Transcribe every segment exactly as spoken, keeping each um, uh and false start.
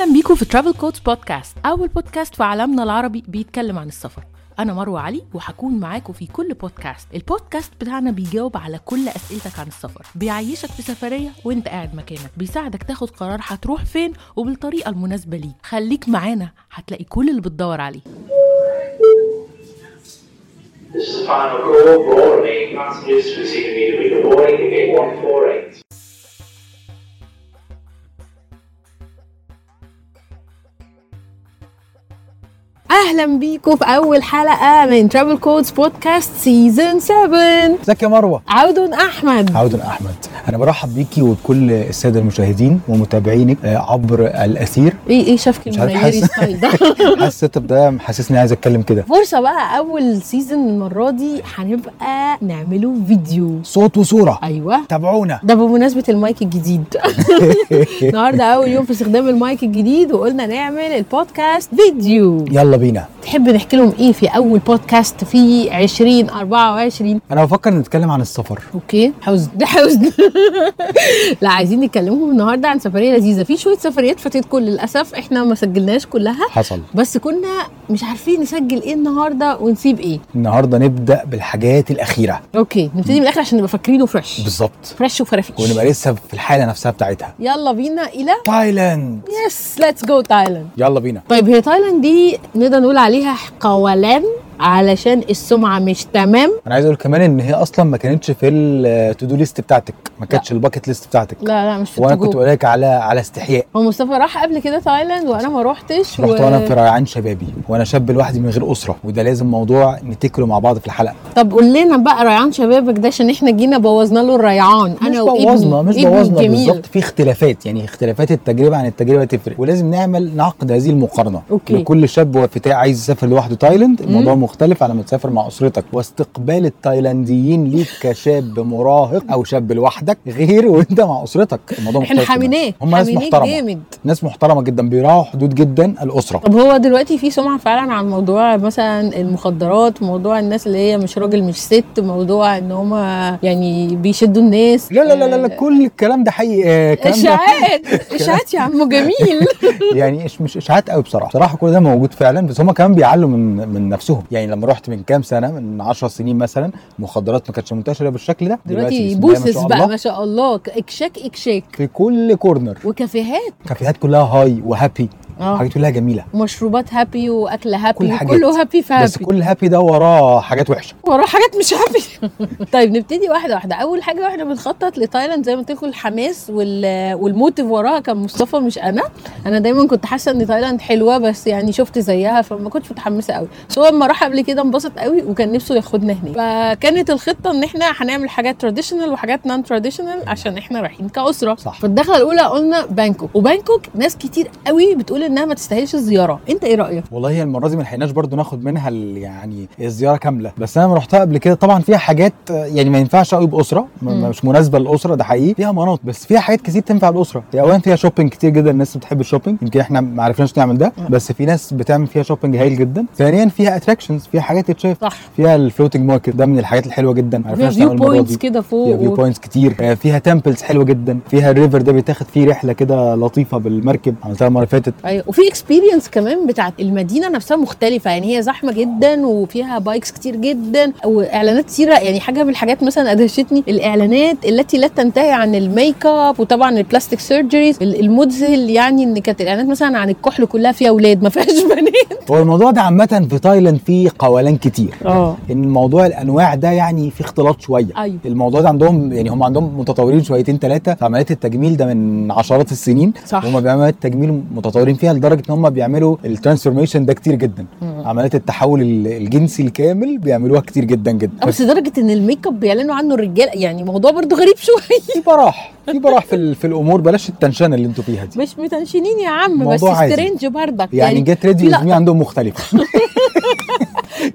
أهلا بيكم في ترافل كودز بودكاست، أول بودكاست في عالمنا العربي بيتكلم عن السفر. أنا مروة علي وحكون معاكم في كل بودكاست. البودكاست بتاعنا بيجاوب على كل أسئلتك عن السفر، بيعيشك في سفرية وانت قاعد مكانك، بيساعدك تاخد قرار هتروح فين وبالطريقة المناسبة ليك. خليك معانا هتلاقي كل اللي بتدور عليه. This is the final call for all remaining passengers to receive immediately the boarding to gate one forty-eight. أهلا بيكم في أول حلقة من ترافل كودز بودكاست سيزن سبعة. ازيك يا مروة؟ عود أحمد. عود أحمد. أنا برحب بيكي وبكل السادة المشاهدين ومتابعينك عبر الأثير. إيه إيه شافك المنيري ستايل ده؟ حسيت بده محسسني عايز أتكلم كده. فرصة بقى أول سيزن المرة دي هنبقى نعمله فيديو صوت وصورة. أيوة تابعونا. ده بمناسبة المايك الجديد. النهاردة أول يوم في استخدام المايك الجديد وقلنا نعمل البودكاست فيديو. يلا بينا. تحب نحكي لهم ايه في اول بودكاست في عشرين أربعة وعشرين؟ انا بفكر نتكلم عن السفر. اوكي حزن ده حزن. لا عايزين نتكلمهم النهارده عن سفريه لذيذه. في شويه سفريات فاتتكم للاسف، احنا ما سجلناش كلها، حصل، بس كنا مش عارفين نسجل ايه النهارده ونسيب ايه. النهارده نبدا بالحاجات الاخيره. اوكي نبتدي من الاخر عشان نبقى فاكرينه فريش. بالظبط، فريش وفرافيش، ونبقى لسه في الحاله نفسها بتاعتها. يلا بينا الى تايلاند. يس ليتس جو تايلاند. يلا بينا. طيب هي تايلاند دي نقدر نقول عليها قولان علشان السمعة مش تمام. انا عايز اقول كمان ان هي اصلا ما كانتش في التو دو ليست بتاعتك، ما كانتش الباكيت ليست بتاعتك. لا لا مش في وانا كنت بقول لك على على استحياء. هو مصطفى راح قبل كده تايلاند وانا ما روحتش. رحت و... وانا في ريعان شبابي، وانا شاب لوحدي من غير اسره، وده لازم موضوع نتكله مع بعض في الحلقه. طب قول لنا بقى ريعان شبابك ده، عشان احنا جينا بوظنا له الريعان. انا مش بوظنا مش بوظنا بالظبط، في اختلافات، يعني اختلافات التجربه عن التجربه تفرق، ولازم نعمل نعقد هذه المقارنه. أوكي. لكل شاب وفتاه عايز يسافر لوحده تايلاند الموضوع مم. مختلف على ما تسافر مع اسرتك، واستقبال التايلانديين ليك كشاب مراهق او شاب لوحدك غير وانت مع اسرتك، الموضوع مختلف. احنا حاميناه، هم ناس محترمه جامد. ناس محترمه جدا، بيراعوا حدود جدا الاسره. طب هو دلوقتي في سمعه فعلا عن موضوع مثلا المخدرات، موضوع الناس اللي هي مش راجل مش ست، موضوع ان هم يعني بيشدوا الناس. لا لا لا لا, لا كل الكلام ده حقيقي. اشاعات اشاعات يا عم جميل. يعني مش اشاعات قوي بصراحه، بصراحه كل ده موجود فعلا، بس هم كمان بيعلوا من من نفسهم. يعني لما رحت من كام سنه، من عشر سنين مثلا، مخدرات ما كانتش منتشره بالشكل ده. دلوقتي بوسس بقى ما شاء الله، اكشاك اكشاك في كل كورنر، وكافيهات كافيهات كلها هاي وهابي، اه حاجات كلها جميله، ومشروبات هابي واكل هابي، كل كله هابي فهابي. بس كل هابي ده وراه حاجات وحشه، وراه حاجات مش هابي. طيب نبتدي واحده واحده. اول حاجه واحنا بنخطط لتايلاند زي ما قلت لكم، الحماس والموتيف وراها كان مصطفى مش انا. انا دايما كنت حاسه ان تايلاند حلوه، بس يعني شفت زيها فما كنتش متحمسه قوي. بس هو لما راح قبل كده انبسط قوي وكان نفسه ياخدنا هناك. فكانت الخطه ان احنا هنعمل حاجات تراديشنال وحاجات نون تراديشنال عشان احنا رايحين كاسره. صح. فالدخله الاولى قلنا بانكوك، وبانكوك ناس كتير قوي بتقول انها ما تستاهلش الزياره. انت ايه رايك؟ والله هي المره دي ما لحقناش برضو ناخد منها يعني الزياره كامله، بس انا رحتها قبل كده. طبعا فيها حاجات يعني ما ينفعش قوي باسره، مش مناسبه للاسره، ده حقيقي. فيها مناطق بس فيها حاجات كتير تنفع الاسره. اولا فيها شوبينج كتير جدا، الناس بتحب الشوبينج، يمكن احنا ما عرفناش نعمل ده، مم. بس في ناس بتعمل فيها شوبينج هايل جدا. ثانيا فيها اتراكشنز، فيها حاجات تتشاف. صح. فيها الفلوتنج ماركت، ده من الحاجات الحلوه جدا، ما عرفناش نعمل المره دي. كده فوق فيها فيو بوينتس كتير، فيها تمبلز حلوه جدا، فيها الريفر ده بيتاخد فيه رحله كده لطيفه بالمركب، عملتها المره اللي فاتت. ايوه، وفي اكسبيرينس كمان بتاعت المدينه نفسها مختلفه. يعني هي زحمه جدا وفيها بايكس كتير جدا واعلانات كتيره. يعني حاجه من الحاجات مثلا ادهشتني الاعلانات التي لا تنتهي عن الميك اب، وطبعا البلاستيك سيرجريز. المذهل يعني ان كانت الاعلانات مثلا عن الكحل كلها فيها اولاد ما فيهاش بنات. هو الموضوع ده عامه في تايلاند فيه قولان كتير. اه ان الموضوع الانواع ده يعني في اختلاط شويه. أيوة. الموضوع ده عندهم يعني هم عندهم متطورين شويتين ثلاثه في عمليات التجميل ده من عشرات السنين. صح. هم بيعملوا التجميل متطورين فيها لدرجه ان هم بيعملوا الترانسفورميشن ده كتير جدا. مم. عمليات التحول الجنسي الكامل بيعملوها كتير جدا جدا. بس لدرجه ان الميك اب بيعلنوا عنه الرجال. يعني موضوع برضو غريب شويه. في براح في براح في في الامور، بلاش التنشنه اللي انتوا فيها دي. مش متنشنين يا عم، بس سترينج برضك يعني جيت ريدي وزمي عندهم مختلفه.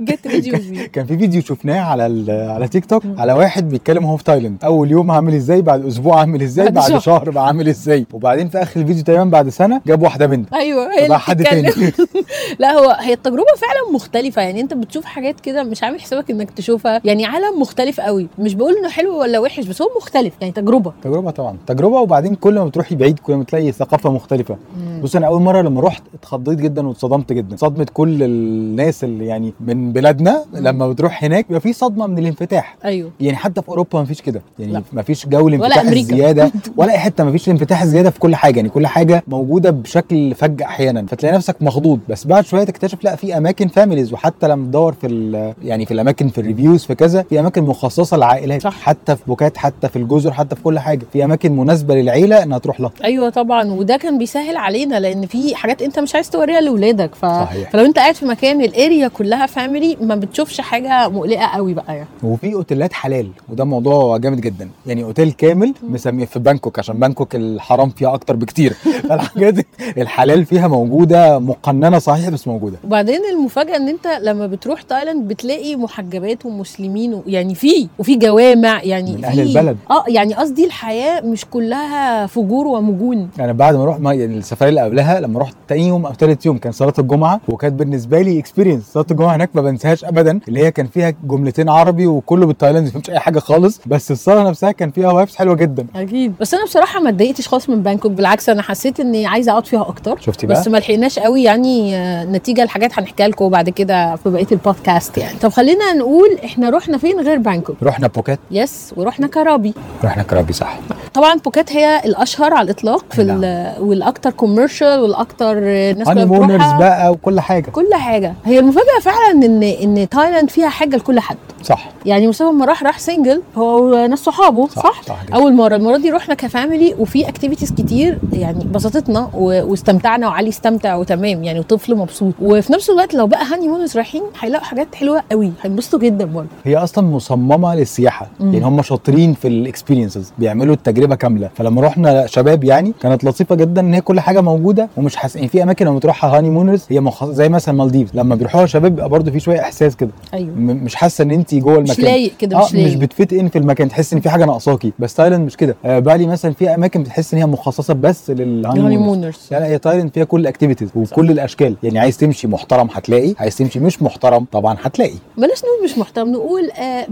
جت فيديوز بيه. كان في فيديو شفناه على على تيك توك على واحد بيتكلم هو في تايلاند، اول يوم عامل ازاي، بعد اسبوع عامل ازاي، بعد بعد شهر. شهر بقى عامل ازاي، وبعدين في اخر الفيديو تقريبا بعد سنه جاب واحده بنت. ايوه هي اللي بقى حد تاني. بتتكلم. لا هو هي التجربه فعلا مختلفه، يعني انت بتشوف حاجات كده مش عامل حسابك انك تشوفها، يعني عالم مختلف قوي. مش بقول انه حلو ولا وحش، بس هو مختلف، يعني تجربه تجربه طبعا تجربه. وبعدين كل ما بتروحي بعيد كل ما تلاقي ثقافه مختلفه. بص انا اول مره لما رحت اتخضيت جدا واتصدمت جدا، صدمه كل الناس اللي يعني من بلادنا لما بتروح هناك بيبقى في صدمه من الانفتاح. ايوه يعني حتى في اوروبا ما فيش كده، يعني لا. ما فيش جو الانفتاح ولا أمريكا. الزياده ولا اي حته ما فيش الانفتاح الزياده في كل حاجه، يعني كل حاجه موجوده بشكل فج احيانا، فتلاقي نفسك مخضوض. بس بعد شويه تكتشف لا في اماكن فاميليز، وحتى لما تدور في يعني في الاماكن في الريفيوز في كذا، في اماكن مخصصه للعائلات، صح. حتى في بوكات، حتى في الجزر، حتى في كل حاجه في اماكن مناسبه للعيله انها تروح لها. ايوه طبعا، وده كان بيسهل علينا لان في حاجات انت مش عايز توريها لاولادك. ف... صحيح. فلو انت قاعد في مكان الاريا كلها فاميلي ما بتشوفش حاجه مقلقه قوي بقى يعني. وفي اوتيلات حلال، وده موضوع جامد جدا، يعني اوتيل كامل مسميه في بانكوك عشان بانكوك الحرام فيها اكتر بكتير. فالحاجات الحلال فيها موجوده، مقننه صحيح بس موجوده. وبعدين المفاجاه ان انت لما بتروح تايلاند بتلاقي محجبات ومسلمين و... يعني في وفي جوامع، يعني من في أهل البلد. اه يعني قصدي الحياه مش كلها فجور ومجون. انا بعد ما رحت يعني السفريه اللي قبلها لما رحت تاني يوم او ثالث يوم كان صلاه الجمعه، وكانت بالنسبه لي اكسبيرينس. صلاه الجمعه هناك ما بنساهاش ابدا، اللي هي كان فيها جملتين عربي وكله بالتايلاندي ما فهمتش اي حاجه خالص، بس الصلاه نفسها كان فيها وايبس حلوه جدا. اكيد. بس انا بصراحه ما اتضايقتش خالص من بانكوك، بالعكس انا حسيت اني عايزه اقعد فيها اكتر. شفتي بقى؟ بس ما لحقناش قوي يعني، آه، نتيجه لحاجات هنحكيها لكم بعد كده في بقيه البودكاست يعني. طب خلينا نقول احنا رحنا فين غير بانكوك؟ رحنا بوكات. يس، ورحنا كرابي. رحنا كرابي صح. طبعا بوكات هي الاشهر على الاطلاق في نعم. والاكثر كوميرشال والاكثر ناس هاني كلها مونرز بتروحها بقى وكل حاجه. كل حاجه. هي المفاجاه فعلا ان ان تايلاند فيها حاجه لكل حد. صح. يعني مصطفى لما راح راح سنجل هو وناس صحابه. صح, صح, صح اول مره. المره دي رحنا كفاميلي وفي اكتيفيتيز كتير يعني بسطتنا واستمتعنا، وعلي استمتع وتمام يعني، وطفل مبسوط. وفي نفس الوقت لو بقى هاني مونرز رايحين هيلاقوا حاجات حلوه قوي، هينبسطوا جدا برضه. هي اصلا مصممه للسياحه. مم. يعني هم شاطرين في الاكسبيرينسز، بيعملوا التجربه كامله. فلما رحنا شباب يعني كانت لطيفه جدا ان هي كل حاجه موجوده، ومش حاسس يعني في اماكن لما تروحها هاني مونرز هي مخصص زي مثلا مالديفز، لما بيروحوها شباب بيبقى برضه في شويه احساس كده. ايوه. مش حاسه ان انت جوه المكان، مش لايق كده، آه مش لايق، مش بتفت ان في المكان، تحس ان في حاجه ناقصاكي. بس تايلاند مش كده. آه بالي مثلا في اماكن بتحس ان هي مخصصه بس للهاني مونرز. لا لا هي تايلاند فيها كل الاكتيفيتيز وكل صح. الاشكال. يعني عايز تمشي محترم هتلاقي، عايز تمشي مش محترم طبعا هتلاقي. بلاش نقول مش محترم، نقول آه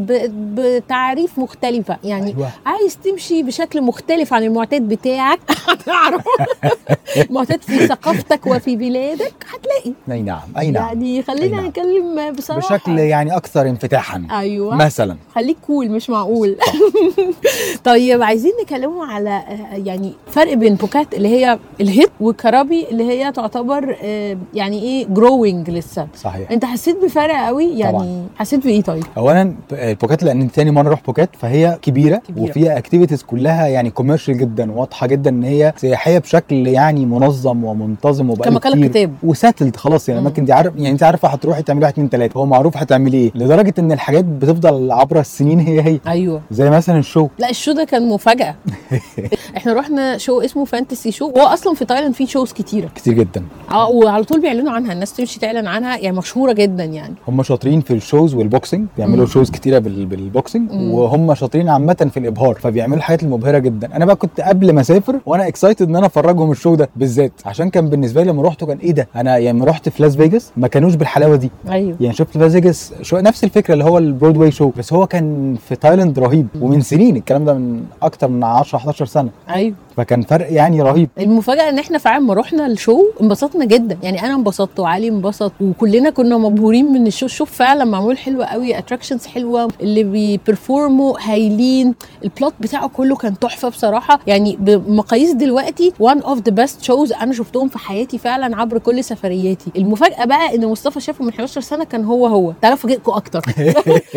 بتعريف مختلفه يعني. أيوة. عايز تمشي بشكل مختلف عن المعتاد بتاعك هتعرف. معتاد في ثقافتك وفي بلادك هتلاقي. اي نعم اي نعم. يعني خلينا نعم. نتكلم بصراحه بشكل يعني اكثر انفتاحا. ايوه مثلا خليك كول مش معقول. طيب عايزين نتكلموا على يعني فرق بين بوكات اللي هي الهيت وكرابي اللي هي تعتبر يعني ايه جروينج لسه. صحيح. انت حسيت بفرق قوي يعني؟ طبعا. حسيت بايه طيب؟ اولا البوكات لان ثاني مره اروح بوكات فهي كبيره, كبيرة. وفيها اكتيفيتيز كلها يعني كوميرشال جدا، واضحه جدا ان هي سياحيه بشكل يعني منظم ومنتظم وبقى كما قال الكتاب وساتلد خلاص. يعني الاماكن دي عارف يعني انت عارفه هتروحي تعملي واحد اتنين تلاته، هو معروف هتعملي ايه، لدرجه ان الحاجات بتفضل عبر السنين هي هي. ايوه زي مثلا الشو. لا الشو ده كان مفاجاه. احنا رحنا شو اسمه فانتسي شو، هو اصلا في تايلاند في شوز كتيره كتير جدا اه وعلى طول بيعلنوا عنها، الناس تمشي تعلن عنها يعني، مشهوره جدا يعني. هم شاطرين في الشوز والبوكسنج، بيعملوا مم. شوز كتيره بالبوكسنج، وهم شاطرين عامه في الابهار، فبيعملوا الحاجات المبهره جدا. انا بقى كنت قبل ما اسافر وانا اكسايتد ان انا افرجهم الشو ده بالذات، عشان كان بالنسبه لي لما رحت كان ايه ده، انا يعني رحت في لاس فيجاس ما كانوش بالحلاوه دي. ايوه يعني شفت لاس فيجاس شو نفس الفكره اللي هو البرودواي شو، بس هو كان في تايلاند رهيب، ومن سنين الكلام ده من اكتر من عشرة حداشر سنه. ايوه فكان فرق يعني رهيب. المفاجاه ان احنا فعلا ما رحنا الشو انبسطنا جدا يعني، انا انبسطت وعلي انبسط وكلنا كنا مبهورين من الشو. الشو فعلا معمول حلو قوي، اتراكشنز حلوه، اللي بيبرفورموا هايلين، البلوت بتاعه كله كان تحفه بصراحه يعني، بمقاييس دلوقتي one of the best shows انا شفتهم في حياتي فعلا عبر كل سفرياتي. المفاجاه بقى ان مصطفى شافه من حداشر سنه كان هو هو تعالوا افاجئكم اكتر.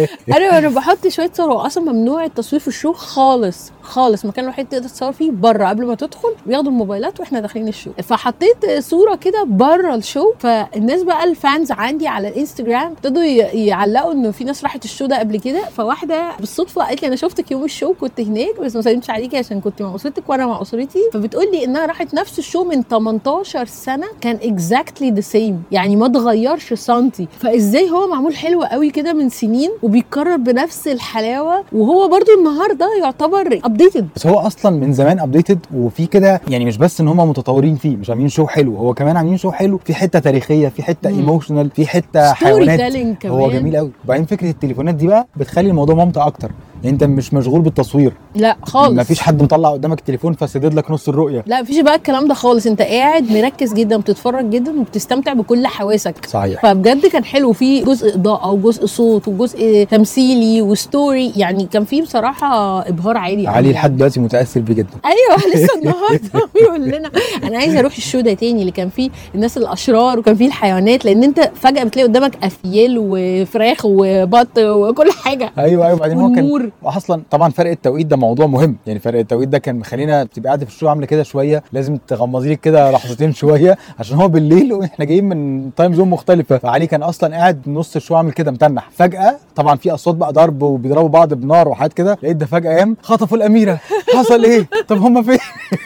انا انا بحط شويه صور، هو اصلا ممنوع التصوير في الشو خالص خالص، مكان الوحيد تقدر تصور فيه بره قبل ما تدخل بياخدوا الموبايلات واحنا داخلين الشو. فحطيت صوره كده بره الشو، فالناس بقى الفانز عندي على الانستجرام ابتدوا يعلقوا انه في ناس راحت الشو ده قبل كده. فواحده بالصدفه قالت لي انا شفتك يوم الشو كنت هناك بس ما سلمتش عليكي عشان كنت مع اسرتك وانا مع اسرتي. فبتقول لي انها راحت نفس الشو من تمنتاشر سنه كان اكزاكتلي ذا سيم، يعني ما اتغيرش سنتي. فازاي هو معمول حلو قوي كده من سنين وبيتكرر بنفس الحلاوه وهو برضو النهارده يعتبر ابديتد. بس هو اصلا من زمان ابديتد وفي كده، يعني مش بس ان هم متطورين فيه، مش عاملين شو حلو، هو كمان عاملين شو حلو في حته تاريخيه، في حته ايموشنال، في حته حيوانات. هو جميل قوي. وبعدين فكره التليفونات دي بقى بتخلي الموضوع ممتع اكتر، يعني انت مش مشغول بالتصوير، لا خالص، مفيش حد مطلع قدامك التليفون فسدد لك نص الرؤيه، لا مفيش بقى الكلام ده خالص. انت قاعد مركز جدا وبتتفرج جدا وبتستمتع بكل حواسك. صحيح. فبجد كان حلو، في جزء اضاءه وجزء صوت وجزء تمثيلي وستوري، يعني كان فيه بصراحه ابهار عالي علي لحد دلوقتي متاثر بيه جدا. ايوه لسه النهارده بيقول لنا انا عايزه اروح الشو ده تاني اللي كان فيه الناس الاشرار وكان فيه الحيوانات، لان انت فجاه بتلاقي قدامك افيال وفراخ وبط وكل حاجه. ايوه ايوه. بعدين هو كان اصلا طبعا فرق التوقيت ده موضوع مهم، يعني فرق التوقيت ده كان مخلينا بتبقى قاعده في الشو عامله كده شويه، لازم تغمضي لك كده لحظتين شويه عشان هو بالليل واحنا جايين من تايم زون مختلفه. فعلي كان اصلا قاعد نص الشو عامل كده متنح، فجاه طبعا في اصوات بقى ضرب وبيضربوا بعض بنار وحاجات كده، لقيت ده فجاه قام خطفوا الاميره، حصل ايه؟ طب هم فين؟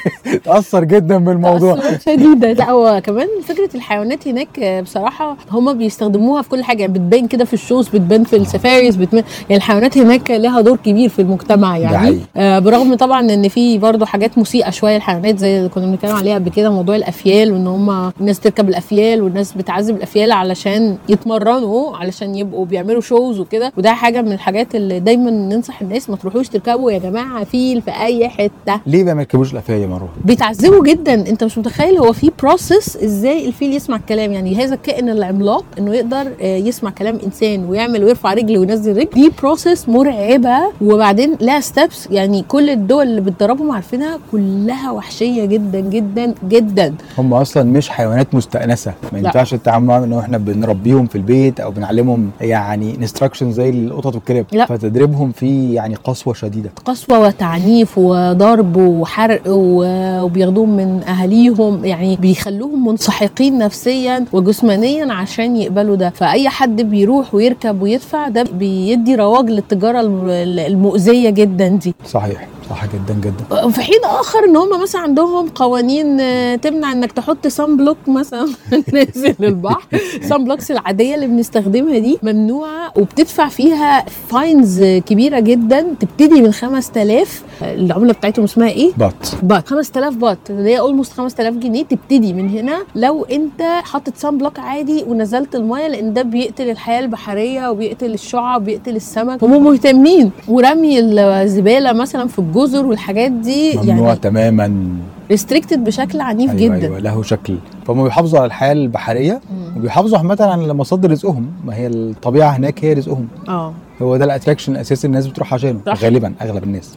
تاثر جدا بالموضوع شديده. لا هو كمان فكره الحيوانات هناك بصراحه هم بيستخدموها في كل حاجه، بتبان كده في الشوز، بتبان في السفاريز، بتبان يعني الحيوانات هناك لها دور كبير في المجتمع يعني. آه برغم طبعا ان في برضو حاجات مسيئه شويه الحيوانات زي اللي كنا بنتكلم عليها قبل كده، موضوع الافيال وان هم الناس تركب الافيال والناس بتعذب الافيال علشان يتمرنوا علشان يبقوا بيعملوا شوز وكده. وده حاجه من الحاجات اللي دايما ننصح الناس ما تروحوش تركبوا يا جماعه فيل في اي حته. ليه بقى ما يركبوش الافيال يا مروه؟ بيتعذبوا جدا، انت مش متخيل هو في بروسس ازاي الفيل يسمع الكلام، يعني هذا الكائن العملاق انه يقدر يسمع كلام انسان ويعمل ويرفع رجل وينزل رجل، دي بروسس مرعبه. وبعدين لها ستبس، يعني كل الدول اللي بتدربهم عارفينها كلها وحشيه جدا جدا جدا. هم اصلا مش حيوانات مستأنسه، ما ينفعش التعامل معاهم انه احنا بنربيهم في البيت او بنعلمهم يعني انستراكشن زي القطط والكلاب، فتدريبهم فيه يعني قسوه شديده، قسوه وتعنيف وضرب وحرق وبياخدوهم من اهاليهم، يعني بيخلوهم منسحقين نفسيا وجسمانيا عشان يقبلوا ده. فاي حد بيروح ويركب ويدفع ده بيدي رواج للتجاره المؤذيه جدا دي. صحيح صح جدا جدا. في حين اخر ان هم مثلا عندهم قوانين تمنع انك تحط سان بلوك مثلا نازل البحر. سان بلوكس العاديه اللي بنستخدمها دي ممنوعه وبتدفع فيها فاينز كبيره جدا، تبتدي من خمسة آلاف، العمله بتاعتهم اسمها ايه؟ بات. بات خمسة آلاف بات اللي هي اولموست خمسة آلاف جنيه تبتدي من هنا لو انت حاطط سان بلوك عادي ونزلت الميه، لان ده بيقتل الحياه البحريه وبيقتل الشعاب وبيقتل السمك. هم مهتمين. ورمي الزباله مثلا في الجزر والحاجات دي ممنوع يعني تماما، ريستريكتد بشكل عنيف أيوة جدا. أيوة له شكل. فهم بيحافظوا على الحياه البحريه وبيحافظوا عامه على مصادر رزقهم، ما هي الطبيعه هناك هي رزقهم. اه هو ده الاتراكشن الاساسي الناس بتروح عشانه غالبا اغلب الناس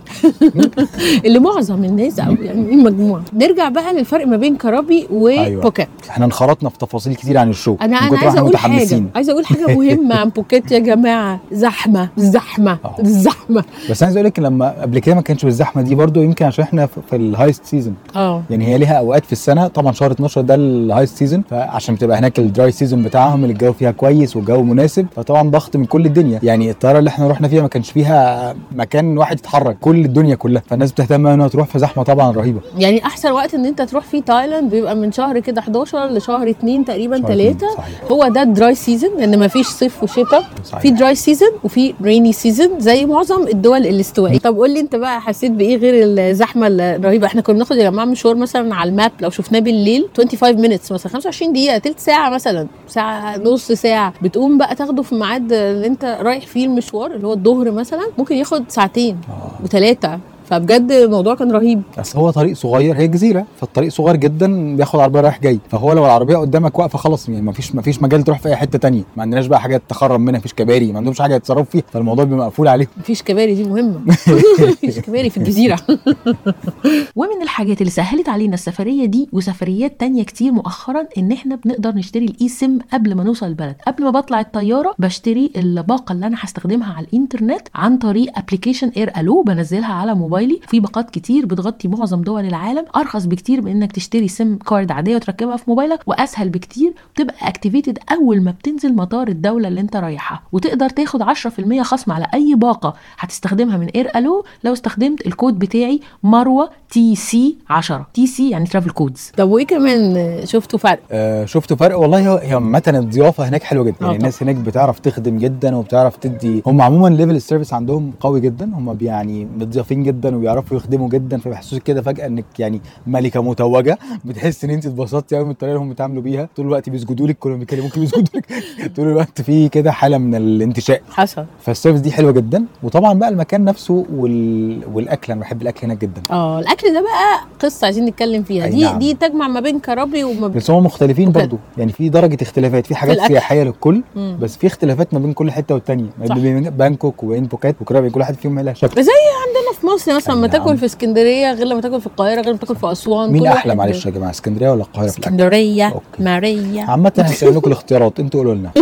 اللي معظم الناس او يعني مجموعه. نرجع بقى للفرق ما بين كرابي وبوكيت. أيوة. احنا انخرطنا في تفاصيل كتير عن الشو. انا انا عايزه اقول حاجه عايزه اقول حاجه مهمه عن بوكيت يا جماعه. زحمه زحمه أوه. زحمه. بس عايز اقول لك لما قبل كده ما كانش بالزحمه دي برضو، يمكن عشان احنا في الهايست سيزون. اه يعني هي ليها اوقات في السنه، طبعا شهر اتناشر ده الهايست سيزون، فعشان بتبقى هناك الدراي سيزون بتاعهم اللي الجو فيها كويس والجو مناسب، فطبعا ضغط من كل الدنيا. يعني الطياره اللي احنا رحنا فيها ما كانش فيها مكان واحد يتحرك، كل الدنيا كلها، فالناس بتهتم انها تروح في زحمه طبعا رهيبه. يعني احسن وقت ان انت تروح فيه تايلاند بيبقى من شهر كده حداشر لشهر اتنين تقريبا ثلاثة. هو ده الدراي سيزون، لان ما فيش صيف وشتاء، في دراي سيزون وفي ريني سيزون زي معظم الدول الاستوائيه. طب قول لي انت بقى حسيت بايه غير الزحمه الرهيبه؟ احنا كنا بناخد يا جماعه مشوار مثلا على الماب لو شفناه بالليل خمسة وعشرين مينتس مثلا، خمسة وعشرين دقيقه، تلت ساعه مثلا، ساعه نص ساعه، بتقوم بقى تاخده في ميعاد اللي انت رايح فيه المشوار اللي هو الظهر مثلا، ممكن ياخد ساعتين آه. وثلاثه. فبجد الموضوع كان رهيب. بس هو طريق صغير، هي جزيره، فالطريق صغير جدا، بياخد عربيه رايح جاي، فهو لو العربيه قدامك واقفه خلاص، يعني مفيش مفيش مجال تروح في اي حته تانية. ما عندناش بقى حاجات تخرم منها، مفيش كباري، ما عندهمش حاجه يتصرفوا فيها، فالموضوع بيبقى مقفول عليهم. مفيش كباري دي مهمه. مفيش كباري في الجزيره. ومن الحاجات اللي سهلت علينا السفريه دي وسفريات تانية كتير مؤخرا ان احنا بنقدر نشتري الاي سيم قبل ما نوصل البلد. قبل ما بطلع الطياره بشتري الباقه اللي انا هستخدمها على الانترنت عن طريق ابلكيشن اير الو، بنزلها على موبايل موبايلي. في باقات كتير بتغطي معظم دول العالم، ارخص بكتير من انك تشتري سيم كارد عاديه وتركبها في موبايلك، واسهل بكتير، بتبقى اكتيفيتد اول ما بتنزل مطار الدوله اللي انت رايحها، وتقدر تاخد عشرة في المية خصم على اي باقه هتستخدمها من اير الو لو استخدمت الكود بتاعي مروه تي سي عشرة. تي سي يعني ترافل كودز. طب وايه كمان شفتوا فرق؟ آه شفتوا فرق والله. هي عامه الضيافه هناك حلوه جدا، يعني الناس هناك بتعرف تخدم جدا وبتعرف تدي. هم عموما ليفل السيرفيس عندهم قوي جدا، هم يعني متضافين جدا وبيعرفوا يخدموا جدا، فبيحسسوك كده فجاه انك يعني ملكه متوجه. بتحس ان انت اتبسطتي قوي من الطريقه اللي هم بيتعاملوا بيها، طول الوقت بيسجدوا لك، كلهم بيكلموك بيسجدوا لك طول الوقت، في كده حاله من الانتشاء حصل. فالسيرفيس دي حلوه جدا. وطبعا بقى المكان نفسه وال... والاكل، انا بحب الاكل هناك جدا. اه الاكل ده بقى قصه عايزين نتكلم فيها. دي نعم. دي تجمع ما بين كرابي وما بين، بس هم مختلفين برضو، يعني في درجه اختلافات، في حاجات سياحيه للكل مم. بس في اختلافات ما بين كل حته والتانيه، ما بين بانكوك وين بوكيت وكرابي، كل واحد فيهم لها شكل. زي عندنا في مصر مثلا لما تاكل في اسكندريه غير لما تاكل في القاهره غير لما تاكل في اسوان. مين احلى معلش يا جماعه، اسكندريه ولا القاهره؟ اسكندريه ماريا. عامه هسأل لكم الاختيارات، انتوا قولوا لنا.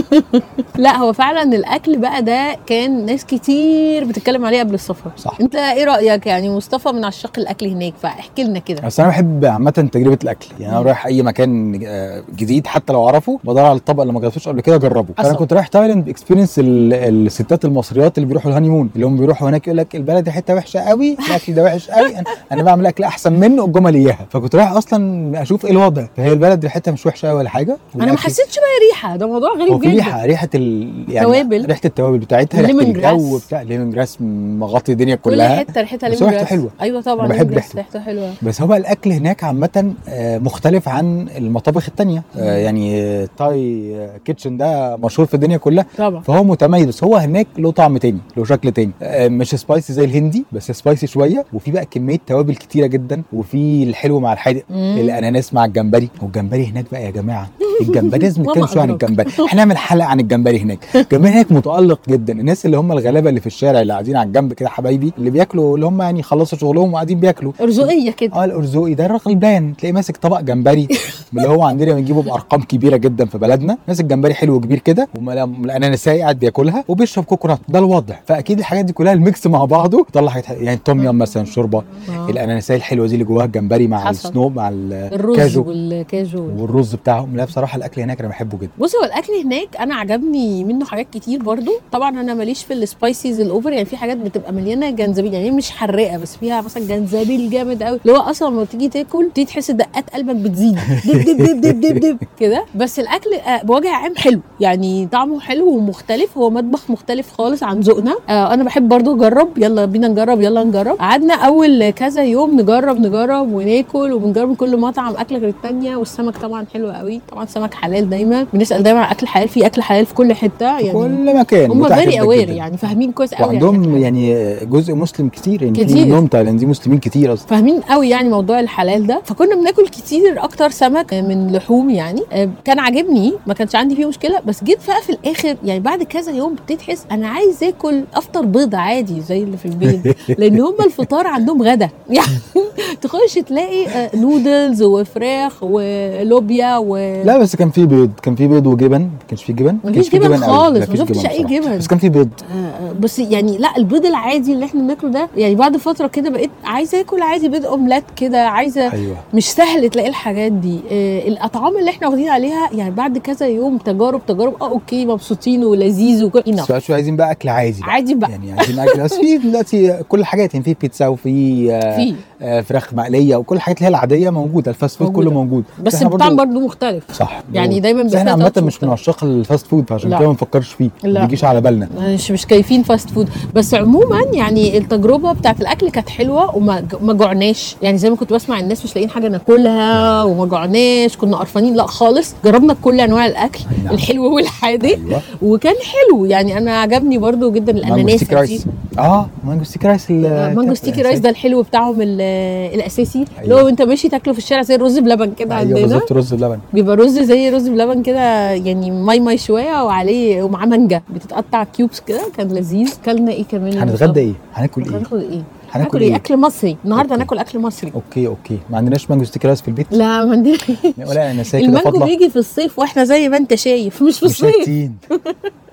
لا هو فعلا الاكل بقى ده كان ناس كتير بتتكلم عليه قبل السفر. صح. انت ايه رايك؟ يعني مصطفى من عشاق الاكل هناك، فاحكي لنا كده. بس انا بحب عامه تجربه الاكل، يعني انا رايح اي مكان جديد حتى لو اعرفه بدور على الطبق اللي ما جربتوش قبل كده اجربه. انا كنت رايح تايلاند اكسبيرينس الستات المصريات اللي بيروحوا الهاني مون، اللي هم بيروحوا هناك يقول لك البلد دي حته وحشه قوي، الاكل ده وحش قوي، انا, أنا بعمل اكل احسن منه الجمل اياها. فكنت رايح اصلا اشوف ايه الوضع، فهي البلد دي حته مش وحشه ولا حاجه. انا ما حسيتش بقى ريحه، ده موضوع غريب جدا. ريحه ريحه ال... يعني توابل. ريحه التوابل بتاعتها، ريحه الجو بتاع ليمون جراس مغطي الدنيا كلها، كل حته ريحتها ليمون جراس. حلوه. ايوه طبعا بحب ريحته حلوه. بس هو الاكل هناك عامه مختلف عن المطابخ الثانيه، يعني تاي كيتشن ده مشهور في الدنيا كلها طبعا، فهو متميز، بس هو هناك له طعم تاني، له شكل تاني، مش سبايسي زي الهندي بس سبايسي شويه، وفي بقى كميه توابل كتيره جدا، وفي الحلو مع الحادق، الاناناس مع الجمبري. والجمبري هناك بقى يا جماعه الجمبري لازم نتكلم شويه عن الجمبري، احنا نعمل حلقه عن الجمبري هناك. الجمبري هناك متالق جدا، الناس اللي هم الغلابه اللي في الشارع اللي قاعدين على الجنب كده حبايبي، اللي بياكلوا اللي هم يعني خلصوا شغلهم وقاعدين بياكلوا ارزقيه كده. اه الارزقي ده الراجل باين تلاقيه ماسك طبق جمبري من اللي هو عندنا بنجيبه بارقام كبيره جدا في بلدنا، ماسك جمبري حلو كبير كده والاناناسيه قاعد بياكلها وبيشرب كوكونات، ده الوضع. فاكيد الحاجات دي كلها الميكس مع بعضه طلع حاجة يعني توم يام مثلا شوربه، آه. الاناناسيه الحلوه دي اللي جواها الجمبري مع حصل. السنو مع الرز والكاجو والرز بتاعهم. لا بصراحه الاكل هناك انا بحبه جدا. بص هو الاكل هناك انا عجبني منه حاجات كتير برضو. طبعا انا ماليش في السبايسيز الاوفر، يعني في حاجات بتبقى مليانه جنزبيل، يعني مش حراقه بس فيها مثلا جنزبيل جامد قوي، اللي هو اصلا لما تيجي تاكل تيجي تحس دقات قلبك بتزيد دب دب دب دب دب, دب كده. بس الاكل بوجه عام حلو، يعني طعمه حلو ومختلف، هو مطبخ مختلف خالص عن ذوقنا. آه انا بحب برضو اجرب، يلا بينا نجرب يلا نجرب. قعدنا اول كذا يوم نجرب نجرب وناكل وبنجرب كل مطعم اكل غير الثانيه. والسمك طبعا حلو قوي، طبعا سمك حلال، دايما بنسال دايما عن اكل حلال، في اكل حلال في كل حته، يعني كل مكان هم فيري اوير، يعني فاهمين كويس قوي، وعندهم يعني, يعني جزء مسلم كتير، يعني كتير. في منهم تايلاندي مسلمين كتير اصلا، فاهمين قوي يعني موضوع الحلال ده. فكنا بناكل كتير اكتر سمك من لحوم، يعني كان عاجبني ما كانش عندي فيه مشكله. بس جيت بقى في الاخر يعني بعد كذا يوم بتحس انا عايز اكل افطر بيض عادي زي اللي في البيت، لان هم الفطار عندهم غدا يعني تخش تلاقي نودلز وفراخ ولوبيا و... لا بس كان في بيض، كان في بيض وجبن، ما كانش في جبن، ما فيش جبن خالص، ما شفتش اي جبن، بس كان في بيض. آه بس يعني لا البيض العادي اللي احنا بناكله ده، يعني بعد فتره كده بقيت عايزه اكل عادي بيض اومليت كده، عايزه أيوة. مش سهل تلاقي الحاجات دي. آه الاطعام اللي احنا واخدين عليها يعني بعد كذا يوم تجارب تجارب اه اوكي مبسوطين ولذيذ وكل بس بقى شو عايزين بقى اكل عادي بقى. عادي بقى يعني عايزين اكل بس في دلوقتي كل الحاجات، يعني في بيتزا وفي آه في آه فراخ مقليه وكل الحاجات اللي هي العاديه موجوده، الفاست فود كله موجود، بس الطعم برضه مختلف صح. يعني دايما بس احنا عامه مش من عشاق الفاست فود، فعشان كده ما نفكرش فيه، ما بيجيش على بالنا، مش مش كيفين فاست فود. بس عموما يعني التجربه بتاعت الاكل كانت حلوه وما ما جوعناش، يعني زي ما كنت بسمع الناس مش لاقيين حاجه ناكلها وما جوعناش، كنا قرفانين، لا خالص، جربنا كل انواع الاكل نعم. الحلو والحادق أيوة. وكان حلو، يعني انا عجبني برضو جدا الاناناس دي. اه مانجو ستيكي رايس، مانجو ستيكي رايس ده الحلو بتاعهم الاساسي، اللي هو انت ماشي تاكله في الشارع زي الرز بلبن كده. أيوة عندنا بالظبط رز بلبن، بيبقى رز زي رز بلبن كده، يعني ماي ماي شويه وعليه ومعاه مانجا بتتقطع كيوبس كده، كان لذيذ. كلنا ايه كمان؟ هنتغدى ايه؟ هناكل ايه؟ هناكل ايه؟ هناكل ايه؟ اكل مصري النهارده، هناكل اكل مصري. اوكي اوكي ما عندناش مانجو ستيكي رايس في البيت؟ لا ما عندناش ولا انا سايق كده فاضله. المانجو بيجي في الصيف واحنا زي ما انت شايف مش في الصيف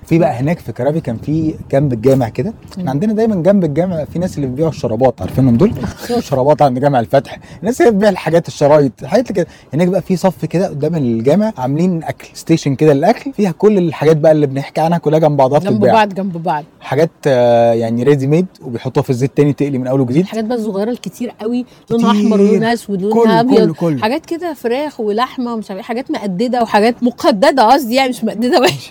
في بقى هناك في كرابي كان في جنب الجامع كده، احنا عندنا دايما جنب الجامع في ناس اللي بيبيعوا الشرابات، عارفينهم دول؟ الشرابات عند جامع الفتح، الناس اللي بتبيع الحاجات الشرايط حاجات كده. هناك بقى في صف كده قدام الجامع عاملين اكل ستيشن كده للاكل، فيها كل الحاجات بقى اللي بنحكي عنها كلها جنب بعضها جنب بعض جنب بعض، حاجات يعني ريدي ميد وبيحطوها في الزيت تاني تقلي من اول وجديد. حاجات بقى الصغيره الكتير قوي، لونها احمر ولونها اسود ولونها ابيض، حاجات كده فراخ ولحمه ومش عارف، حاجات مقدده وحاجات مقدده، قصدي يعني مش مقدده وحشه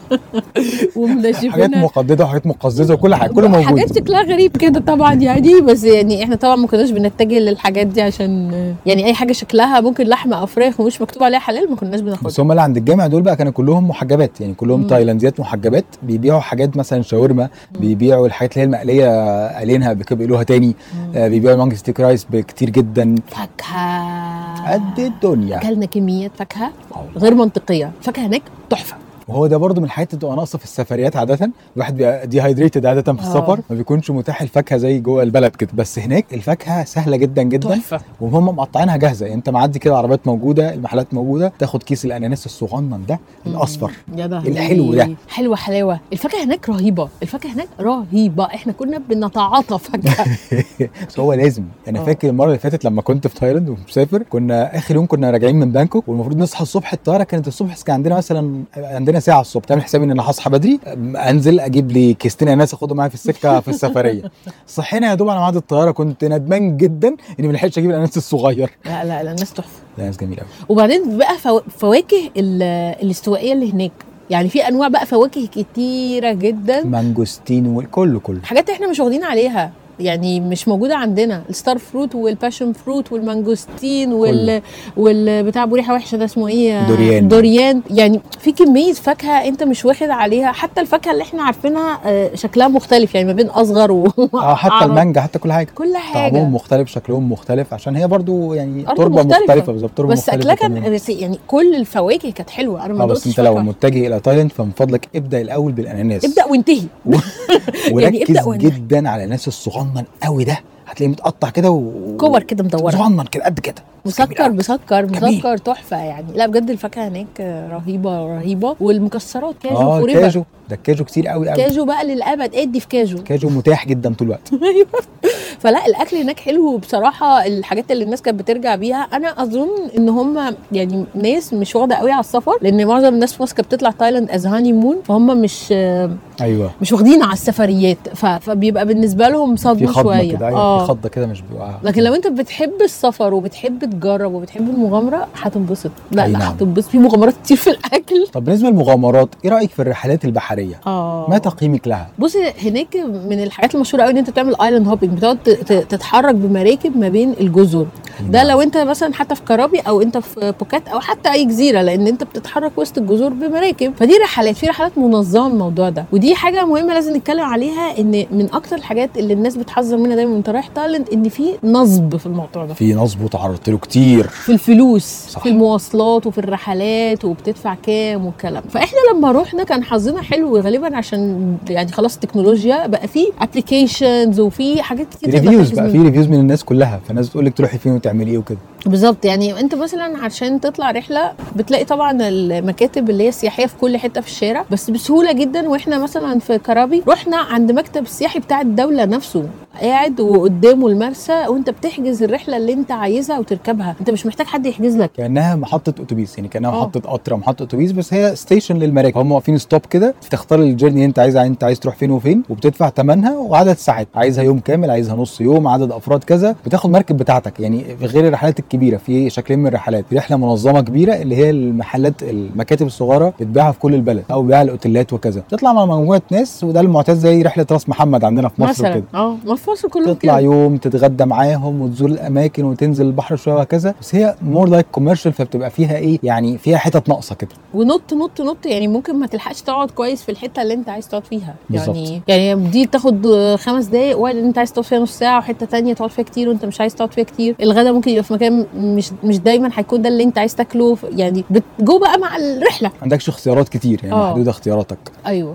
ومنشفينها، حاجات مقدده وحاجات مقززه وكل حاجه كله موجود، حاجات شكلها غريب كده طبعا يعني. بس يعني احنا طبعا ما كناش بنتجه للحاجات دي عشان يعني اي حاجه شكلها ممكن لحمه او فراخ ومش مكتوب عليها حلال ما كناش بناخدها. بس هم اللي عند الجامع دول بقى كانوا كلهم محجبات، يعني كلهم تايلانديات محجبات، بيبيعوا حاجات مثلا شاورما، بيبيعوا الحاجات اللي هي المقليه قالينها بيقولوها تاني، آه بيبيعوا مانجو ستيك رايس بكتير جدا، فاكهه قد الدنيا، اكلنا كميات فاكهه غير منطقيه، الفاكهه هناك تحفه. وهو ده برضو من الحاجات اللي بتبقى ناقصه في السفريات عاده، الواحد بيبقى ديهايدريتد عاده في السفر، ما بيكونش متاح الفاكهه زي جوه البلد كده، بس هناك الفاكهه سهله جدا جدا تحفه، وهم مقطعينها جاهزه، يعني انت معدي كده العربيات موجوده، المحلات موجوده، تاخد كيس الاناناس الصغنن ده الاصفر الحلو ده، حلوه حلاوه. الفاكهه هناك رهيبه، الفاكهه هناك رهيبه، احنا كنا بنتعاطى فاكهه بس هو لازم. انا فاكر المره اللي فاتت لما كنت في تايلاند ومسافر، كنا اخر يوم كنا راجعين من بانكوك والمفروض نصحى الصبح، الطياره كانت الصبح كان عندنا مثلا عندنا ساعه الصبح، تعمل حسابي ان انا هصحى بدري انزل اجيب لي كيستين اناناس اخدهم معايا في السكه في السفريه. صحينا يا دوب على ميعاد الطياره، كنت ندمان جدا اني ما لحقتش اجيب الاناناس الصغير. لا لا الاناناس تحفه، الاناناس جميل قوي. وبعدين بقى فواكه الاستوائيه اللي هناك، يعني في انواع بقى فواكه كتيره جدا، مانجوستين وكله كله حاجات احنا مش واخدين عليها، يعني مش موجوده عندنا، الستار فروت والباشن فروت والمانجوستين وال والبتاع ابو ريحه وحشه ده اسمه ايه، دوريان دوريان يعني في كميه فاكهه انت مش واخد عليها، حتى الفاكهه اللي احنا عارفينها شكلها مختلف، يعني ما بين اصغر و اه حتى المانجا، حتى كل حاجه كل حاجه طعمهم مختلف، شكلهم مختلف، عشان هي برضو يعني تربه مختلفه بالظبط، تربه بس اكلها كان يعني كل الفواكه كانت حلوه. انا ما بس انت لو متجه الى تايلاند فمن فضلك ابدا الاول بالاناناس، ابدا وانتهي وركز يعني جدا على الاناناس الصغنن قوي ده، هتلاقيه متقطع كده وكور كده مدوره صغنن كده قد كده، مسكر مسكر مسكر تحفه يعني. لا بجد الفاكهه هناك رهيبه رهيبه، والمكسرات كاجو اه كاجو ده الكاجو كتير قوي قوي، كاجو بقى للابد، ادي في كاجو، كاجو متاح جدا طول الوقت. فلا الاكل هناك حلو بصراحه. الحاجات اللي الناس كانت بترجع بيها، انا اظن ان هم يعني ناس مش واخده قوي على السفر، لان معظم الناس في مصر كانت بتطلع تايلاند از هاني مون، فهم مش ايوه مش واخدين على السفريات، فبيبقى بالنسبه لهم صدمه شويه كده. أيوة في خضه كده مش بيبقى، لكن لو انت بتحب السفر وبتحب تجرب وبتحب المغامره هتنبسط. لا أي لا نعم. هتنبسط، في مغامرات كتير في الاكل. طب بالنسبه للمغامرات، ايه رايك في الرحلات البحريه؟ اه ما تقييمك لها؟ بصي هناك من الحاجات المشهوره قوي ان انت بتعمل ايلاند هوبينج، بتقعد تتحرك بمراكب ما بين الجزر. ده لو انت مثلا حتى في كرابي او انت في بوكات او حتى اي جزيره، لان انت بتتحرك وسط الجزر بمراكب، فدي رحلات، في رحلات منظمه الموضوع ده، ودي حاجه مهمه لازم نتكلم عليها، ان من اكتر الحاجات اللي الناس بتحذر منها دايما وانت رايح تايلاند ان في نصب في الموضوع ده، في نصب وتعرضت له كتير في الفلوس صح. في المواصلات وفي الرحلات وبتدفع كام والكلام. فاحنا لما روحنا كان حظنا حلو غالبا، عشان يعني خلاص التكنولوجيا بقى في ابلكيشنز وفي حاجات كتير، ريفيوز بقى في ريفيوز من الناس كلها، فالناس بتقول لك تروحي فين وتعملي ايه وكده. بالظبط، يعني انت مثلا عشان تطلع رحله بتلاقي طبعا المكاتب اللي هي السياحيه في كل حته في الشارع، بس بسهوله جدا. واحنا مثلا في كرابي رحنا عند مكتب السياحي بتاع الدوله نفسه، قاعد وقدامه المرسى وانت بتحجز الرحله اللي انت عايزها وتركبها، انت مش محتاج حد يحجز لك، كانها محطه اتوبيس، يعني كانها محطه قطر او محطه اتوبيس، بس هي ستيشن للمراكب، هم واقفين ستوب كده، تختار الجيرني اللي انت عايزها، انت عايز تروح فين وفين، وبتدفع ثمنها وعدد ساعات، عايزها يوم كامل، عايزها نص يوم، عدد افراد كذا، بتاخد مركب بتاعتك. يعني غير الرحلات الكبيره، في شكلين من الرحلات، في رحله منظمه كبيره اللي هي المحلات المكاتب الصغيره بتبيعها في كل البلد او بيعها الاوتيلات وكذا، تطلع مع مجموعه ناس، وده المعتاد زي رحله راس محمد عندنا في مصر كده، اه ما في مصر كله تطلع يوم تتغدى معاهم وتزور الاماكن وتنزل البحر شويه وهكذا، بس هي مور لايك كوميرشال، فبتبقى فيها ايه يعني، فيها حتت ناقصه كده، ونط نط نط يعني ممكن ما تلحقش تقعد كويس في الحته اللي انت عايز تقعد فيها. بالزبط. يعني يعني دي تاخد خمس دقايق، ولا انت عايز تقعد فيها نص ساعه، وحته تانية تقعد فيها كتير وانت مش عايز تقعد فيها كتير. الغدا ممكن يبقى في مكان مش مش دايما هيكون ده اللي انت عايز تاكله، يعني بتجو بقى مع الرحله، عندكش اختيارات كتير يعني، محدوده اختياراتك. ايوه،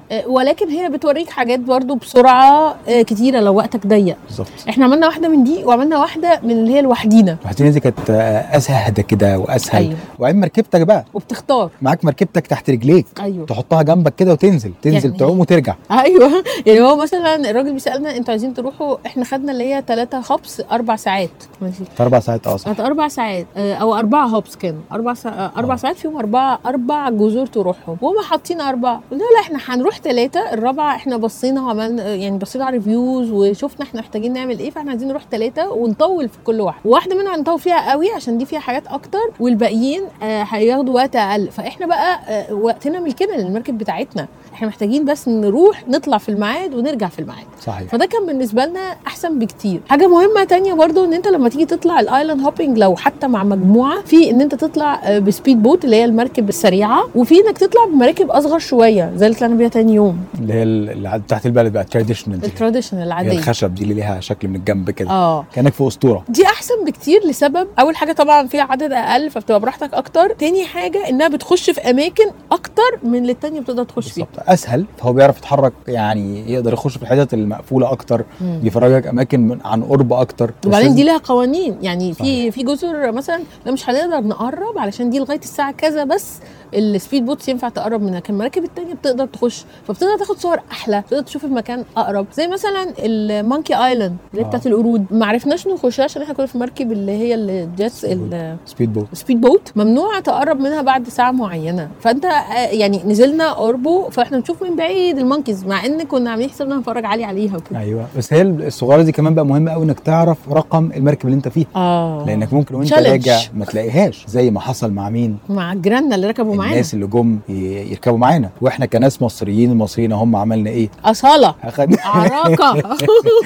ولكن هي بتوريك حاجات برضو بسرعه آه كتيره لو وقتك ضيق. بالظبط. احنا عملنا واحده من دي وعملنا واحده من اللي هي لوحدينا. لوحدينا دي كانت اسهل كده واسهل. أيوة. وبعدين مركبتك بقى وبتختار معاك مركبتك تحت رجليك. أيوة. تحطها جنبك كده وتنزل تنزل يعني تعوم وترجع. ايوه يعني هو مثلا الراجل بيسالنا انتوا عايزين تروحوا، احنا خدنا اللي هي ثلاثة هوبس اربع ساعات ماشي اربع ساعات اه صح. كانت اربع ساعات او اربعه هوبس كانوا اربع سا... اربع ساعات فيهم اربعه اربع جزر تروحهم، وهم حاطين اربعه. قلنا لا احنا هنروح ثلاثه، الرابعه احنا بصينا وعملنا يعني بصينا على ريفيوز وشفنا احنا محتاجين نعمل ايه، فاحنا عايزين نروح ثلاثه ونطول في كل واحده، وواحده منها هنطول فيها قوي عشان دي فيها حاجات اكتر، والباقيين آه هياخدوا وقت اقل. فاحنا بقى آه وقتنا ملكنا للمركب بتاعتنا، احنا محتاجين بس نروح نطلع في الميعاد ونرجع في الميعاد. صحيح. فده كان بالنسبه لنا احسن بكتير. حاجه مهمه تانية برضو ان انت لما تيجي تطلع الايلاند هوبينج لو حتى مع مجموعه، في ان انت تطلع بسبيد بوت اللي هي المركب السريعه، وفي انك تطلع بمراكب اصغر شويه زي اللي طلعنا بيها تاني يوم اللي هي اللي تحت البلد بقى التراديشنال التراديشنال العاديه الخشب دي اللي ليها شكل من الجنب كده اه كانك في اسطوره. دي احسن بكتير لسبب، اول حاجه طبعا فيها عدد اقل فبتبقى براحتك اكتر، تاني حاجه انها بتخش في اماكن اكتر من اللي التانيه بتقدر تخش فيها، اسهل، فهو بيعرف يتحرك يعني يقدر يخش في الحتت المقفوله اكتر، بيفرجك اماكن عن قرب اكتر. وبعدين دي لها قوانين يعني في صحيح. في جزر مثلا لا مش هنقدر نقرب علشان دي لغايه الساعه كذا بس السبيد بوتس ينفع تقرب منها، كان المراكب التانية بتقدر تخش، فبتقدر تاخد صور احلى، بتقدر تشوف المكان اقرب. زي مثلا المونكي ايلاند اللي آه. بتاعت القرود، ما عرفناش نخشها عشان احنا كنا في مركب اللي هي الجيتس سبيد بوت سبيد بوت ممنوع تقرب منها بعد ساعه معينه، فانت يعني نزلنا قربه فاحنا نشوف من بعيد المونكيز، مع ان كنا عاملين حسابنا نتفرج علي عليها وكده. ايوه بس هي الصغيره دي كمان بقى مهمه قوي انك تعرف رقم المركب اللي انت فيها، اه لانك ممكن وانت challenge. راجع ما تلاقيهاش، زي ما حصل مع مين؟ مع جيراننا اللي ركبوا معانا، الناس اللي جم يركبوا معانا، واحنا كناس مصريين المصريين هم عملنا ايه؟ اصاله اخدنا عراقه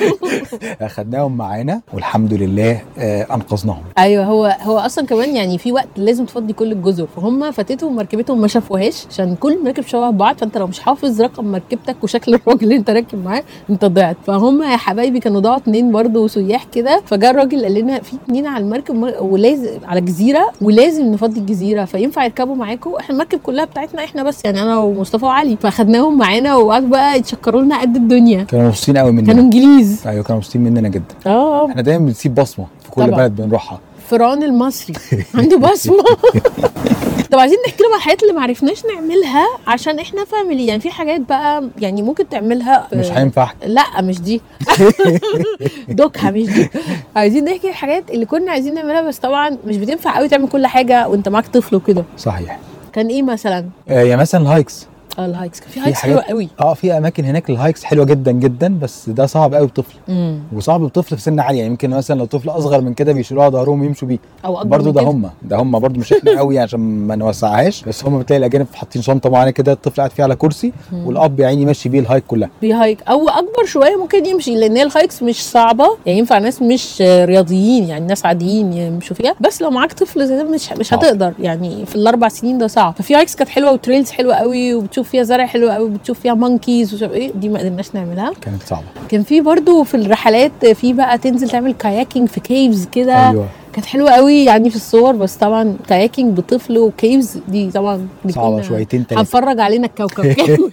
اخدناهم معانا والحمد لله آه انقذناهم. ايوه هو هو اصلا كمان يعني في وقت لازم تفضي كل الجزر، فهم فاتتهم مركبتهم ما شافوهاش عشان كل مركب شبه بعض، فانت لو مش حافظ رقم مركبتك وشكل الراجل اللي انت راكب معاه انت ضعت. فهم يا حبايبي كانوا ضاعوا اتنين برضه سياح كده، فجاء الراجل قال لنا في اتنين على المركب ولازم على جزيره ولازم نفضي الجزيره، فينفع يركبوا معاكم؟ احنا المركب كلها بتاعتنا احنا بس، يعني انا ومصطفى وعلي، فاخدناهم معانا وقعدوا بقى يتشكروا لنا قد الدنيا. كانوا مبسوطين قوي مننا، كانوا انجليز. ايوه كانوا مبسوطين مننا جدا. اه احنا دايما بنسيب بصمه في كل طبعا. بلد بنروحها. فرعون المصري عنده بصمه. طب عايزين نحكي لهم الحاجات اللي ما عرفناش نعملها عشان احنا فاميلي، يعني في حاجات بقى يعني ممكن تعملها مش هينفع. لا مش دي دوكها مش دي. عايزين نحكي الحاجات اللي كنا عايزين نعملها بس طبعا مش بتنفع قوي تعمل كل حاجه وانت معاك طفل وكده. صحيح. كان ايه مثلا؟ آه يعني مثلا الهايكس. اه الهايكس كان في هايكس حلوه قوي. اه في اماكن هناك للهايكس حلوه جدا جدا، بس ده صعب قوي بطفل، امم وصعب بطفل في سن عالي، يعني يمكن مثلا لو طفل اصغر من كده بيشيلوها ظهرهم ويمشوا بيه، او اكبر برضو من ده كده. هم ده هم برضو مش احنا قوي عشان ما نوسعهاش، بس هم بتلاقي الاجانب حاطين شنطه معينه كده الطفل قاعد فيها على كرسي، مم. والاب يعني ماشي بيه الهايك كلها. بيهايك او اكبر شويه ممكن يمشي، لان الهايكس مش صعبه، يعني ينفع ناس مش رياضيين يعني ناس عاديين يمشوا فيها، بس لو معاك طفل زي ده مش مش هتقدر، يعني في الاربع سنين ده صعب. ففي هايكس كانت حلوه وتريلز حلوه قوي، وبتشوف فيها زرع حلو قوي، وبتشوف فيها مونكيز وشوف ايه، دي ما قدرناش نعملها، كانت صعبه. كان في برضو في الرحلات في بقى تنزل تعمل كاياكينج في كيفز كده. ايوه كانت حلوه قوي يعني في الصور، بس طبعا كاياكينج بطفل وكيفز دي طبعا صعبه شويتين ثلاثه، هنفرج علينا الكوكب كامل.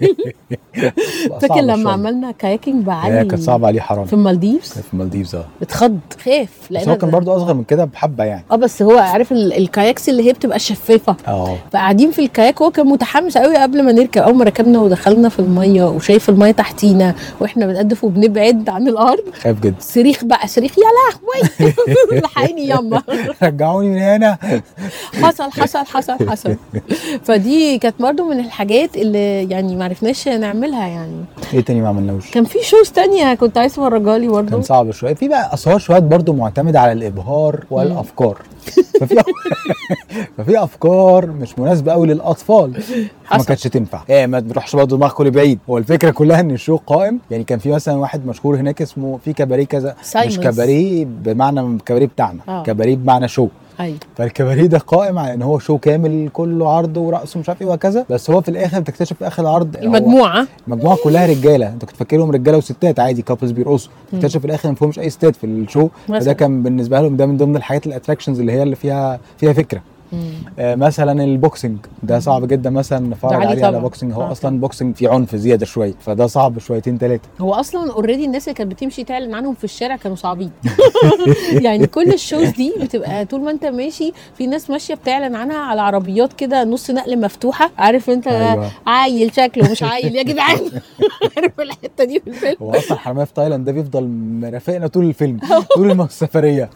فاكر لما شوية. عملنا كاياكينج بعلي هي كانت صعبه عليه حرام في المالديفز، كانت في المالديفز اه اتخض خاف، بس هو كان برضو اصغر من كده بحبه يعني. اه بس هو عارف ال- الكاياكس اللي هي بتبقى شفافه، اه فقاعدين في الكاياك هو كان متحمس قوي قبل ما نركب. اول ما ركبنا ودخلنا في الميه وشايف الميه تحتينا واحنا بنقدف وبنبعد عن الارض، خايف جدا، صريخ بقى صريخ يا لهوي لحقيني ياما رجعوني من هنا. حصل حصل حصل حصل. فدي كانت برضو من الحاجات اللي يعني ما عرفناش نعملها. يعني ايه تاني ما عملناش؟ كان في شوز تانية كنت عايز تفرجها لي برضو، كان صعب شويه. في بقى اصوات شويه برضو معتمده على الابهار والافكار، ففي ففي افكار مش مناسبه قوي للاطفال ما كانتش تنفع. ايه ما تروحش برضه دماغك كل بعيد، هو الفكره كلها ان الشو قائم. يعني كان في مثلا واحد مشهور هناك اسمه في كباريه كذا، مش كباريه بمعنى كباريه بتاعنا، آه. كباريه بمعنى شو. ايوه فالكباريه ده قائم على ان هو شو كامل كله عرض ورقص ومش عارف ايه وكذا، بس هو في الاخر بتكتشف في اخر العرض المجموعه المجموعه كلها رجاله، انت كنت فاكرهم رجاله وستات عادي كابلز بيرقصوا، تكتشف في الاخر ما فيهمش اي ستات في الشو. فده كان بالنسبه لهم ده من ضمن الحاجات الاتراكشنز اللي هي اللي فيها فيها فكره. آه مثلا البوكسنج ده صعب جدا مثلا نتفرج عليه على بوكسنج، هو آه. اصلا بوكسنج فيه عنف زياده شويه، فده صعب شويتين ثلاثه. هو اصلا اوريدي الناس اللي كانت بتمشي تعلن عنهم في الشارع كانوا صعبين. يعني كل الشوز دي بتبقى طول ما انت ماشي في ناس ماشيه بتعلن عنها على عربيات كده نص نقل مفتوحه، عارف انت؟ أيوة. عيل شكله مش عيل يا جدعان. عارف الحته دي في الفيلم؟ هو اصلا حرامية في تايلاند ده بيفضل مرافقنا طول الفيلم طول السفريه.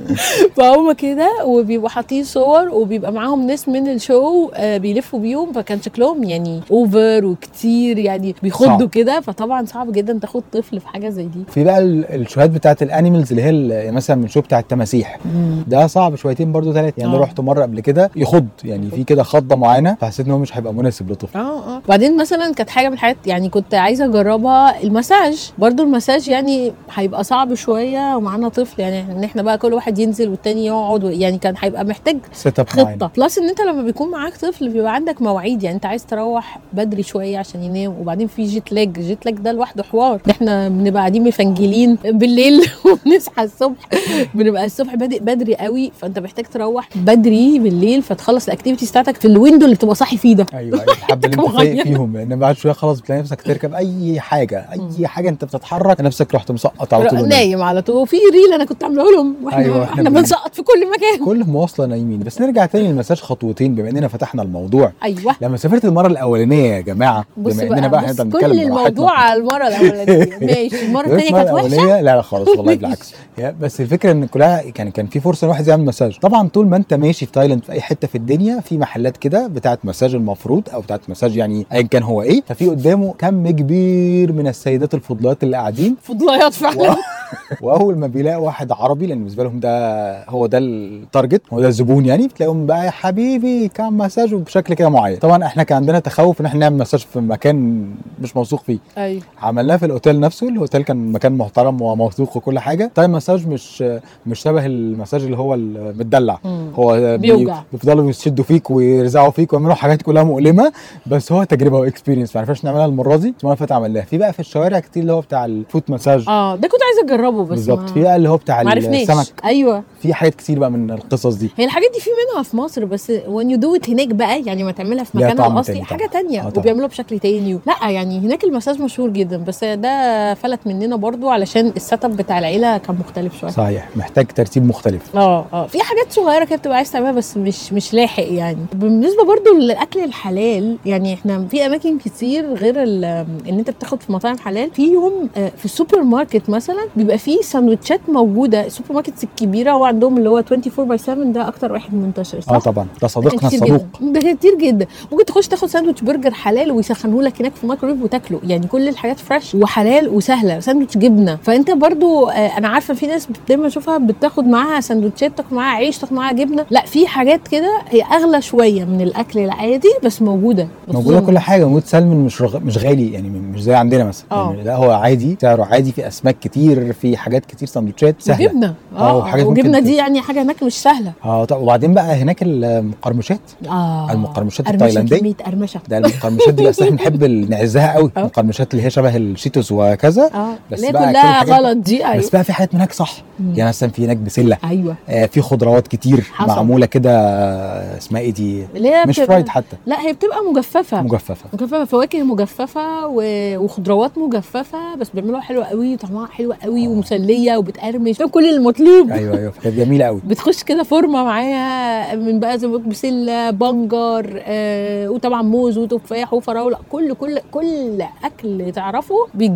فهم كده وبيبقوا حاطين صور وبيبقى معاهم ناس من الشو آه بيلفوا بيهم، فكان شكلهم يعني اوفر وكتير يعني بيخضوا كده، فطبعا صعب جدا تاخد طفل في حاجه زي دي. في بقى الشوهات بتاعت الانيمالز اللي هي مثلا من شو بتاع التماسيح، ده صعب شويتين برضو ثلاثه يعني. آه. رحت مره قبل كده يخض يعني في كده خضه معينه، فحسيت ان هو مش هيبقى مناسب لطفل. اه اه وبعدين مثلا كانت حاجه من الحاجات يعني كنت عايزه اجربها المساج، برضو المساج يعني هيبقى صعب شويه ومعانا طفل، يعني ان احنا بقى كل واحد ينزل والتاني يقعد، يعني كان هيبقى محتاج خطه. بلس ان انت لما بيكون معاك طفل بيبقى عندك مواعيد، يعني انت عايز تروح بدري شويه عشان ينام، وبعدين في جيت لاج، جيت لاج ده لوحده حوار، احنا بنبقى قاعدين مفنجلين بالليل وبنصحى الصبح، بنبقى الصبح بادئ بدري قوي، فانت محتاج تروح بدري بالليل فتخلص الاكتيفيتيز بتاعتك في الويندو اللي بتبقى صاحي فيه ده. ايوه الحبه اللي انت فايق فيهم، لان بعد شويه خلاص بتلاقي نفسك تركب اي حاجه اي حاجه انت بتتحرك نفسك رحت مسقط على طول نايم على طول. وفي ريل انا كنت عامله لهم واحنا أيوة احنا, احنا بنسقط في كل مكان كل مواصله نايمين. بس نرجع تاني للمساج خطوتين بما اننا فتحنا الموضوع. ايوه لما سافرت المره الاولانيه يا جماعه، بما اننا بقى هنقدر نتكلم كل الموضوع على المره الاولانيه ماشي، المره الثانيه كانت وحشه. لا لا خالص والله بالعكس. بس الفكره ان كلها كان كان في فرصه الواحد يعمل مساج. طبعا طول ما انت ماشي في تايلاند في اي حته في الدنيا في محلات كده بتاعه مساج المفروض او بتاعه مساج يعني ايا كان هو ايه، ففي قدامه كم كبير من السيدات الفضليات اللي قاعدين فضليات فعلا. واول ما بيلاقي واحد عربي، لان بالنسبه لهم ده هو ده التارجت، هو ده الزبون يعني، بتلاقيهم بقى يا حبيبي كان مساج بشكل كده معين. طبعا احنا كان عندنا تخوف ان احنا نعمل مساج في مكان مش موثوق فيه. ايوه عملناه في الاوتيل نفسه، الاوتيل كان مكان محترم وموثوق وكل حاجه. طيب مساج مش مش شبه المساج اللي هو المدلع، هو بيوجع، بيفضلوا يشدوا فيك ويرزعوا فيك ويعملوا حاجات كلها مؤلمه، بس هو تجربه واكسبيرينس، ما عرفناش نعملها المره دي، المره اللي فاتت عملناها. في بقى في الشوارع كتير اللي هو بتاع الفوت مساج، اه ده كنت عايزه اجربه بس بالظبط. في بقى اللي هو بتاع السمك، ايوه في حاجات كتير بقى من القصص دي. هي الحاجات دي في منها في مصر، بس وان يو دو ات هناك بقى يعني ما تعملها في مكانها الاصلي حاجه تانية، آه وبيعملوها بشكل تاني. لا يعني هناك المساج مشهور جدا، بس ده فلت مننا برضو علشان السيت اب بتاع العيله كان مختلف شويه. صحيح، محتاج ترتيب مختلف. اه اه في حاجات صغيره كده بتبقى عايز تعملها بس مش مش لاحق يعني. بالنسبه برضو للاكل الحلال، يعني احنا في اماكن كتير غير ان انت بتاخد في مطاعم حلال، في يوم في السوبر ماركت مثلا بيبقى فيه ساندوتشات موجوده. السوبر ماركتس الكبيره وعندهم اللي هو أربعة وعشرين باي سبعة، ده اكتر واحد منتشر صح؟ اه طبعا ده صديقنا الصدوق، ده كتير جدا. ممكن تخش تاخد ساندوتش برجر حلال ويسخنوه لك هناك في الميكرويف وتاكله، يعني كل الحاجات فريش وحلال وسهله. ساندوتش جبنه، فانت برضو آه انا عارفه في ناس دايما اشوفها بتاخد معاها ساندوتشات، تاخد معاها عيش، تاخد معاها جبنه. لا في حاجات كده هي اغلى شويه من الاكل العادي بس موجوده موجوده كل حاجه. موجود سلمون مش رغ... مش غالي يعني، مش زي عندنا مثلا يعني، لا هو عادي سعره عادي، في اسماك كتير، في حاجات كتير، سندوتشات سهله وجبنه اه وجبنه دي يعني حاجه هناك مش سهله. اه طب وبعدين بقى هناك المقرمشات، اه المقرمشات التايلانديه، قرمشه ده المقرمشات دي بس احنا بنحب نعزها قوي. المقرمشات اللي هي شبه الشيتوس وكذا، اه بس بقى كلها غلط دي. أيوة. بس بقى في حاجات هناك صح، مم. يعني مثلا في هناك بسله، ايوه آه في خضروات كتير حصل. معموله كده اسمها ايه دي، مش فرايد حتى، لا هي بتبقى مجففه مجففه مجففه فواكه مجففه وخضروات مجففه، بس بيعملوها حلوه قوي، طعمها حلو قوي آه. ومسليه وبتقرمش كل المطلوب. ايوه ايوه كانت جميله قوي. بتخش كده فورمه معاها من بقى زي ما بسله بنجر آه وطبعا موز وتفاح وفراوله، كل كل كل اكل تعرفه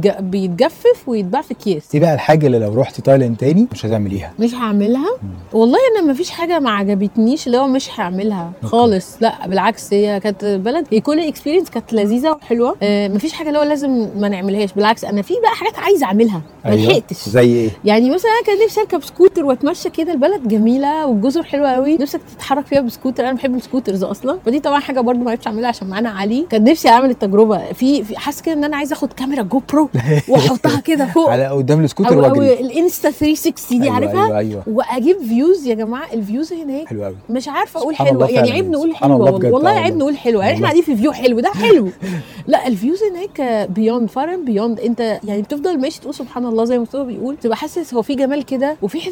بيتجفف ويتباع في اكياس. دي بقى الحاجه اللي لو رحتي تايلاند تاني مش هتعمليها. مش هعملها مم. والله انا ما فيش حاجه ما عجبتنيش اللي هو مش هعملها خالص، لا بالعكس هي كانت بلد، هي كل اكسبيرينس كانت لذيذه وحلوه. آه ما فيش حاجه اللي هو لازم ما نعملهاش، بالعكس انا في بقى حاجات عايزه اعملها ما أيوة. لحقتش. زي ايه؟ يعني مثلا كان نفسي اركب سكوتر واتمشى كده، البلد جميله والجزر حلوه قوي، نفسك تتحرك فيها بسكوتر، انا بحب السكوترز اصلا، فدي طبعا حاجه برضو ما عرفتش اعملها عشان معانا علي. كان نفسي اعمل التجربه في, في حاسه كده ان انا عايزه اخد كاميرا جو برو واحطها كده فوق على قدام السكوتر واجري، او الانستا ثلاثمية وستين دي، أيوة عارفها؟ أيوة أيوة. واجيب فيوز يا جماعه، الفيوز هناك حلوه قوي، مش عارفه اقول حلوه يعني، عيب نقول حلوه والله, والله عيب نقول حلوه يعني، احنا قاعدين في فيو حلو ده حلو. لا الفيوز هناك بيوند فارم بيوند، انت يعني بتفضل ماشي تقول سبحان الله زي ما مصطفى بيقول، تبقى حاسس هو في جمال كده، وفي حاجات كتير قوي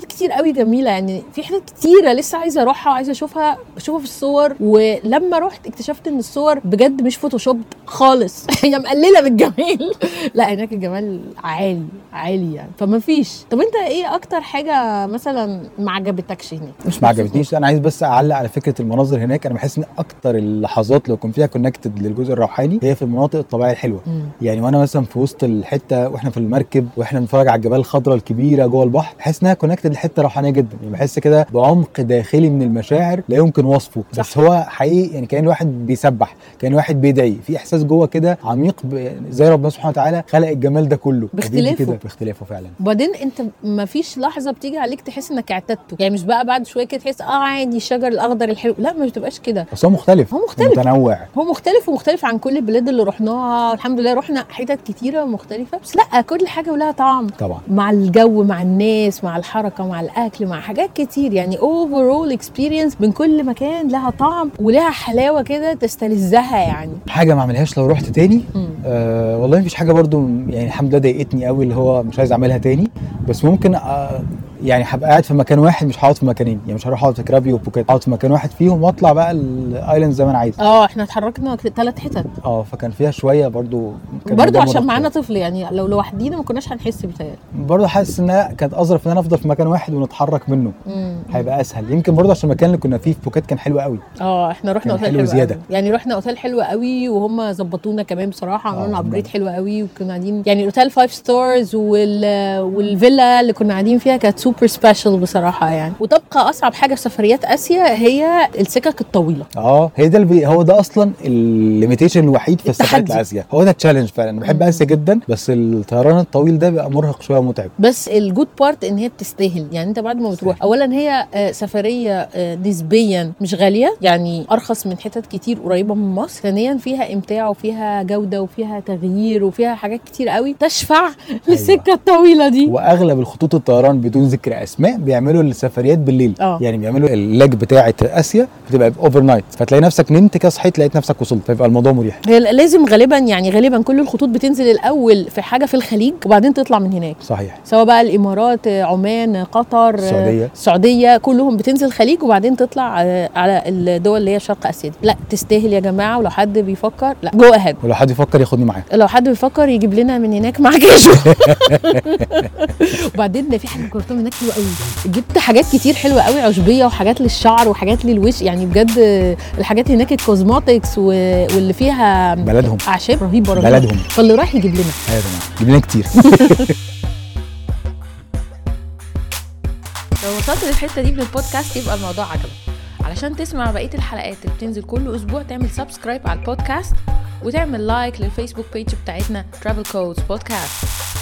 قوي جميله يعني، في حتت كتيره لسه عايزه اروحها وعايزه اشوفها، بشوفها في الصور، ولما رحت اكتشفت ان الصور بجد مش فوتوشوب خالص هي مقلله بالجمال لا هناك الجمال عالي عالي يعني، فما فيش. طب انت ايه اكتر حاجه مثلا ما عجبتكش هناك؟ مش ما عجبتنيش، انا عايز بس اعلق على فكره المناظر هناك. انا بحس ان اكتر اللحظات لو كنت فيها كونكتد للجزء الروحاني هي في المناطق الطبيعيه الحلوه. مم. يعني وانا مثلا في وسط الحته واحنا في المركب واحنا بنتفرج على الجبال الخضراء الكبيره جوه البحر، بحس انها كونكتد لحته روحانيه جدا. يعني بحس كده بعمق داخلي من المشاعر لا يمكن وصفه. صح. بس هو حقيقي يعني كان واحد بيسبح، كان واحد بيدعي، في احساس جوه كده عميق ب... زي ربنا سبحانه وتعالى خلق الجمال ده كله باختلافه. كده باختلافه فعلا. وبعدين انت ما فيش لحظه بتيجي عليك تحس انك اعتدته، يعني مش بقى بعد شويه كده تحس اه عادي الشجر الاخضر الحلو، لا ما بتبقاش كده. بس هو مختلف، هو مختلف، متنوع، هو مختلف ومختلف عن كل البلاد اللي رحناها، والحمد لله رحنا حتت كتيره مختلفه، بس لا كل حاجه ولها طعم طبعا مع الجو مع الناس مع الحركه مع الاكل مع حاجات كتير. يعني overall experience من كل مكان لها طعم ولها حلاوه كده تستلذها. يعني حاجه ما اعملهاش لو رحت تاني مم. آه والله مفيش حاجه برضو يعني الحمد لله ضايقتني قوي اللي هو مش عايز اعملها تاني. بس ممكن آه يعني هبقى قاعد في مكان واحد، مش هقعد في مكانين. يعني مش هروح اقعد في كرابي وبوكيت، اقعد في مكان واحد فيهم واطلع بقى الايلاند زي ما انا عايز. اه احنا اتحركنا ثلاث حتت اه فكان فيها شويه برضو برضو عشان معانا طفل، يعني لو لوحدينا ما كناش هنحس بتهيألي. برضو حاسس انها كانت اظرف ان انا افضل في مكان واحد ونتحرك منه، هيبقى اسهل. يمكن برضو عشان المكان اللي كنا فيه في بوكيت كان حلو قوي. اه احنا رحنا اوتيل حلو, حلو زياده قوي. يعني رحنا اوتيل حلو قوي وهم ظبطونا كمان بصراحه، عملوا لنا ابجريد حلو قوي، وكنا قاعدين يعني الاوتيل فايف ستارز وال والفيلا اللي كنا قاعدين فيها كانت سوبر سبيشال بصراحه يعني. وتبقى اصعب حاجه في سفريات اسيا هي السكك الطويله. اه هي ده البي... هو ده اصلا الليميتيشن الوحيد في السفرات لاسيا، هو ده التشالنج فعلا. انا بحب اسيا جدا بس الطيران الطويل ده بيبقى مرهق شويه ومتعب. بس الجود بارت ان هي بتستاهل. يعني انت بعد ما بتروح اولا هي سفريه نسبيا مش غاليه، يعني ارخص من حتت كتير قريبه من مصر. ثانيا فيها امتاع وفيها جوده وفيها تغيير وفيها حاجات كتير قوي تشفع للسكه الطويله دي. واغلب الخطوط الطيران بدون ذكر اسماء بيعملوا السفريات بالليل. أوه. يعني بيعملوا اللاج بتاعه اسيا بتبقى اوفر نايت، فتلاقي نفسك نمت كده صحيت لقيت نفسك وصلت، فيبقى الموضوع مريح. هي لازم غالبا يعني غالبا كل الخطوط بتنزل الاول في حاجه في الخليج وبعدين تطلع من هناك. صحيح. سواء بقى الامارات، عمان، قطر، السعوديه السعوديه كلهم بتنزل خليج وبعدين تطلع على الدول اللي هي شرق اسيا دي. لا تستاهل يا جماعه. ولو حد بيفكر لا جو اهيد، ولو حد يفكر ياخدني معاه، لو حد بيفكر يجيب لنا من هناك مع جيشه وبعدين في حاجه كرتون هناك حلوه قوي، جبت حاجات كتير حلوه قوي عشبيه وحاجات للشعر وحاجات للوش. يعني بجد الحاجات هناك الكوزماتكس واللي فيها بلدهم اعشاب رهيبه رهيبه بلدهم، فاللي راح يجيب لنا. ايوه يا جماعه جيب لنا كتير. لو وصلت للحته دي من البودكاست يبقى الموضوع عجبك. علشان تسمع بقيه الحلقات اللي بتنزل كل اسبوع تعمل سبسكرايب على البودكاست وتعمل لايك للفيسبوك بيج بتاعتنا Travel Codes Podcast.